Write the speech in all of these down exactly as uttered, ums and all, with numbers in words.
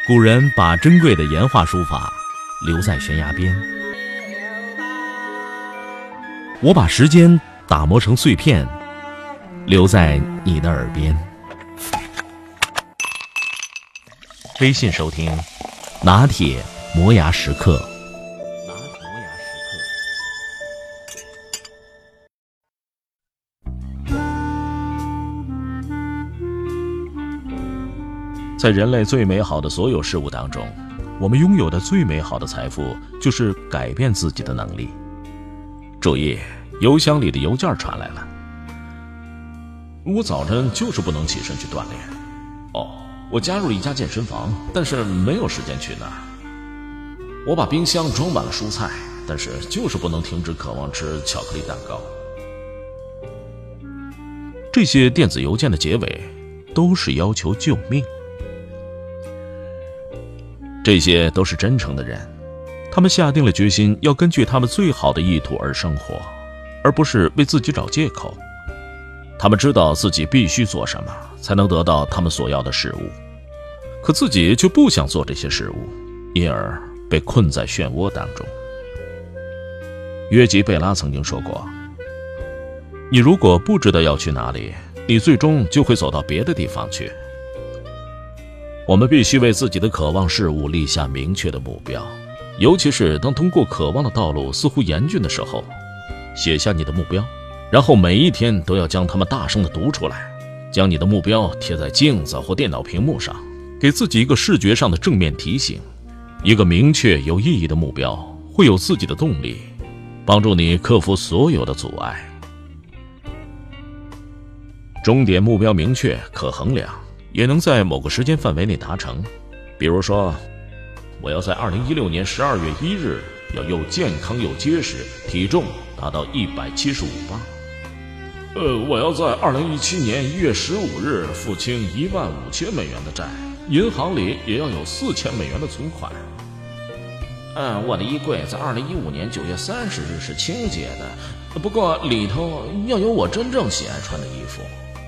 古人把珍贵的岩画书法留在悬崖边，我把时间打磨成碎片，留在你的耳边。微信收听拿铁磨牙时刻。在人类最美好的所有事物当中，我们拥有的最美好的财富就是改变自己的能力。注意，邮箱里的邮件传来了。我早晨就是不能起身去锻炼。哦，我加入了一家健身房，但是没有时间去那儿。我把冰箱装满了蔬菜，但是就是不能停止渴望吃巧克力蛋糕。这些电子邮件的结尾都是要求救命。这些都是真诚的人，他们下定了决心要根据他们最好的意图而生活，而不是为自己找借口。他们知道自己必须做什么才能得到他们所要的事物，可自己却不想做这些事物，因而被困在漩涡当中。约吉贝拉曾经说过，你如果不知道要去哪里，你最终就会走到别的地方去。我们必须为自己的渴望事物立下明确的目标，尤其是当通过渴望的道路似乎严峻的时候，写下你的目标，然后每一天都要将它们大声地读出来，将你的目标贴在镜子或电脑屏幕上，给自己一个视觉上的正面提醒。一个明确有意义的目标会有自己的动力，帮助你克服所有的阻碍。终点目标明确可衡量，也能在某个时间范围内达成。比如说，我要在二零一六年十二月一日要又健康又结实，体重达到一百七十五磅。呃，我要在二零一七年一月十五日付清一万五千美元的债，银行里也要有四千美元的存款。嗯，我的衣柜在二零一五年九月三十日是清洁的，不过里头要有我真正喜爱穿的衣服。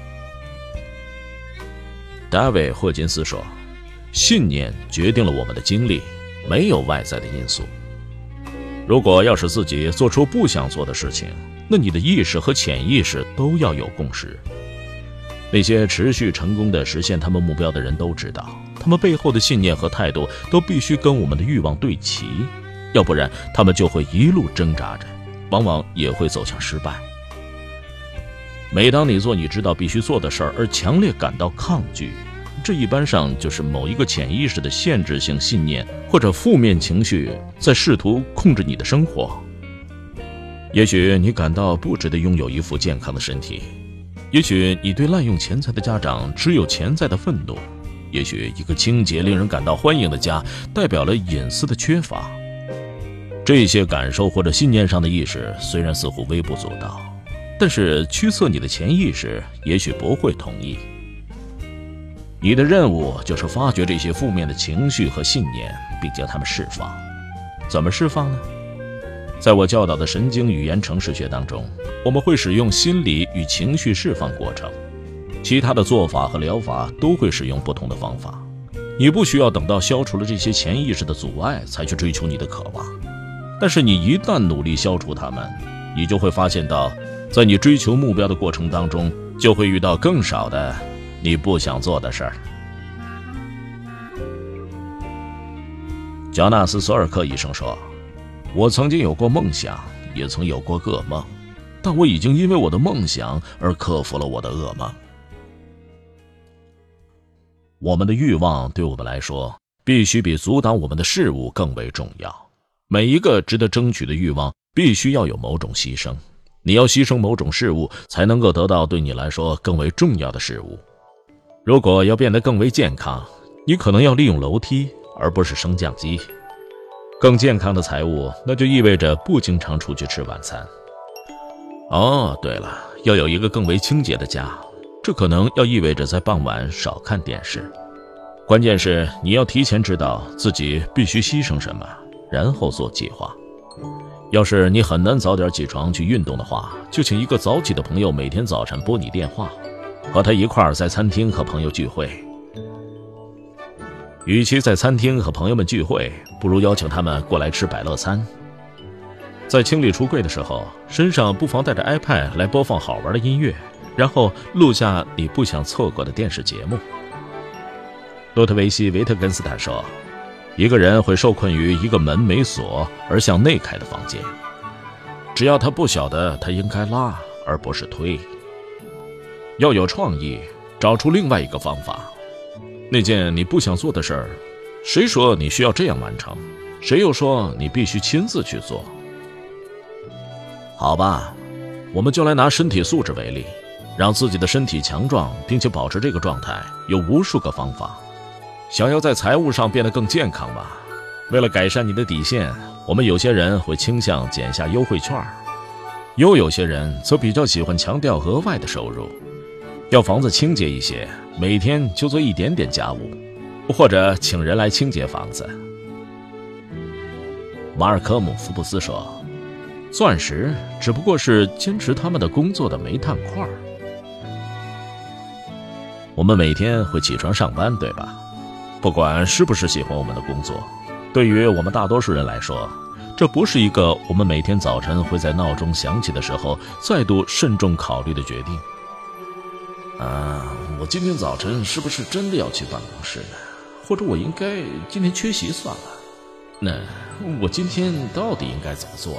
大卫·霍金斯说，信念决定了我们的经历，没有外在的因素。如果要使自己做出不想做的事情，那你的意识和潜意识都要有共识。那些持续成功的实现他们目标的人都知道，他们背后的信念和态度都必须跟我们的欲望对齐，要不然他们就会一路挣扎着，往往也会走向失败。每当你做你知道必须做的事儿而强烈感到抗拒，这一般上就是某一个潜意识的限制性信念或者负面情绪在试图控制你的生活。也许你感到不值得拥有一副健康的身体，也许你对滥用钱财的家长持有潜在的愤怒，也许一个清洁令人感到欢迎的家代表了隐私的缺乏。这些感受或者信念上的意识虽然似乎微不足道，但是驱策你的潜意识也许不会同意。你的任务就是发掘这些负面的情绪和信念，并将它们释放。怎么释放呢？在我教导的神经语言程式学当中，我们会使用心理与情绪释放过程，其他的做法和疗法都会使用不同的方法。你不需要等到消除了这些潜意识的阻碍才去追求你的渴望，但是你一旦努力消除它们，你就会发现到在你追求目标的过程当中，就会遇到更少的你不想做的事儿。乔纳斯·索尔克医生说，我曾经有过梦想，也曾有过噩梦，但我已经因为我的梦想而克服了我的噩梦。我们的欲望对我们来说，必须比阻挡我们的事物更为重要。每一个值得争取的欲望必须要有某种牺牲，你要牺牲某种事物，才能够得到对你来说更为重要的事物。如果要变得更为健康，你可能要利用楼梯，而不是升降机。更健康的财务，那就意味着不经常出去吃晚餐。哦，对了，要有一个更为清洁的家，这可能要意味着在傍晚少看电视。关键是你要提前知道自己必须牺牲什么，然后做计划。要是你很难早点起床去运动的话，就请一个早起的朋友每天早晨拨你电话，和他一块儿在餐厅和朋友聚会。 与其在餐厅和朋友们聚会，不如邀请他们过来吃百乐餐。在清理橱柜的时候，身上不妨带着 iPad 来播放好玩的音乐，然后录下你不想错过的电视节目。洛特维希·维特根斯坦说，一个人会受困于一个门没锁而向内开的房间，只要他不晓得他应该拉而不是推。要有创意，找出另外一个方法。那件你不想做的事儿，谁说你需要这样完成？谁又说你必须亲自去做？好吧，我们就来拿身体素质为例，让自己的身体强壮并且保持这个状态，有无数个方法。想要在财务上变得更健康吧？为了改善你的底线，我们有些人会倾向减下优惠券，又有些人则比较喜欢强调额外的收入。要房子清洁一些，每天就做一点点家务，或者请人来清洁房子。马尔科姆·福布斯说，钻石只不过是坚持他们的工作的煤炭块。我们每天会起床上班，对吧？不管是不是喜欢我们的工作，对于我们大多数人来说，这不是一个我们每天早晨会在闹钟响起的时候再度慎重考虑的决定。啊，我今天早晨是不是真的要去办公室呢？或者我应该今天缺席算了？那我今天到底应该怎么做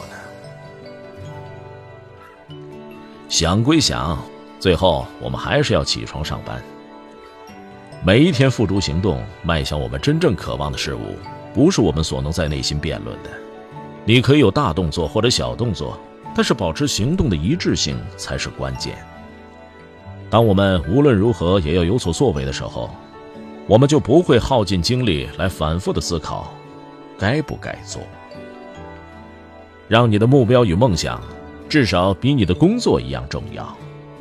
呢？想归想，最后我们还是要起床上班。每一天付诸行动，迈向我们真正渴望的事物，不是我们所能在内心辩论的。你可以有大动作或者小动作，但是保持行动的一致性才是关键。当我们无论如何也要有所作为的时候，我们就不会耗尽精力来反复的思考该不该做。让你的目标与梦想至少比你的工作一样重要。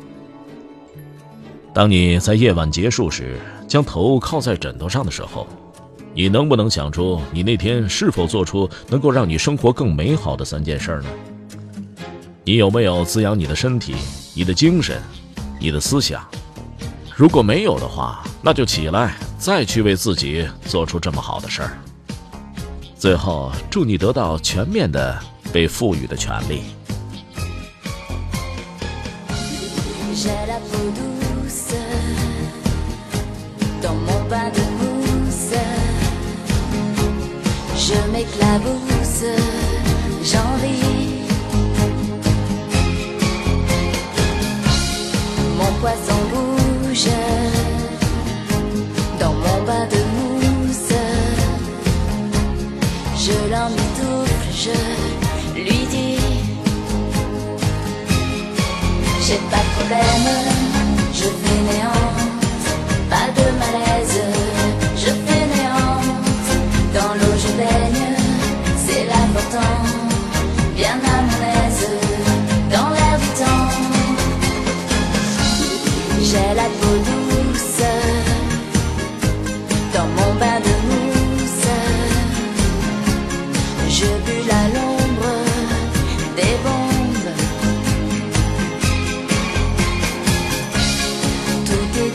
当你在夜晚结束时将头靠在枕头上的时候，你能不能想出你那天是否做出能够让你生活更美好的三件事呢？你有没有滋养你的身体、你的精神、你的思想？如果没有的话，那就起来，再去为自己做出这么好的事儿。最后，祝你得到全面的被赋予的权利。 Je m'éclabousse, j'en ris. Mon poisson bouge dans mon bain de mousse. Je l'emmitoufle, je lui dis j'ai pas de problème, je fais néante, pas de malaise, je fais néante. Dans l'eau je baigne, c'est l'important, bien à mon aise, dans l'air du temps. J'ai la peau douce, dans mon bain de mousse. Je bulle à l'ombre des bombes. Tout est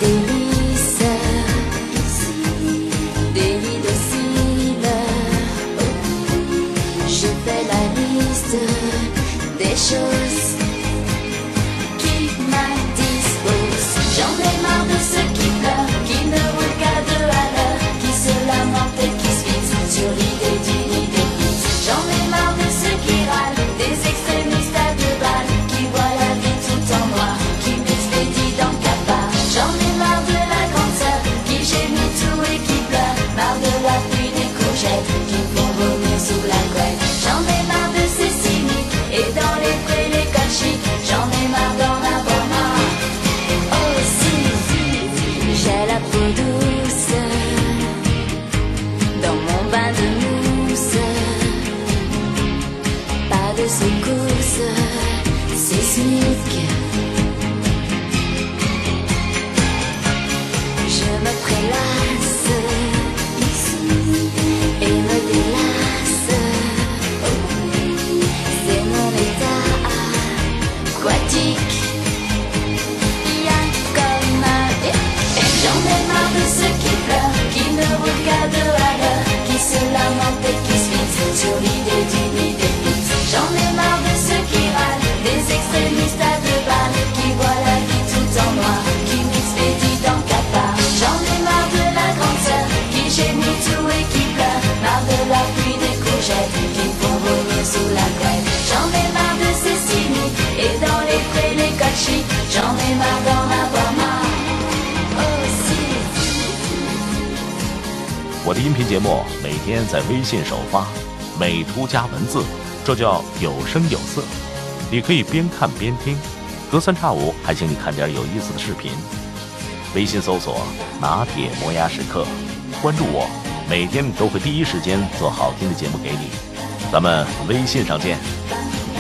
我的音频节目每天在微信首发，美图加文字，这叫有声有色。你可以边看边听，隔三差五还请你看点有意思的视频。微信搜索拿铁磨牙时刻，关注我，每天都会第一时间做好听的节目给你。咱们微信上见。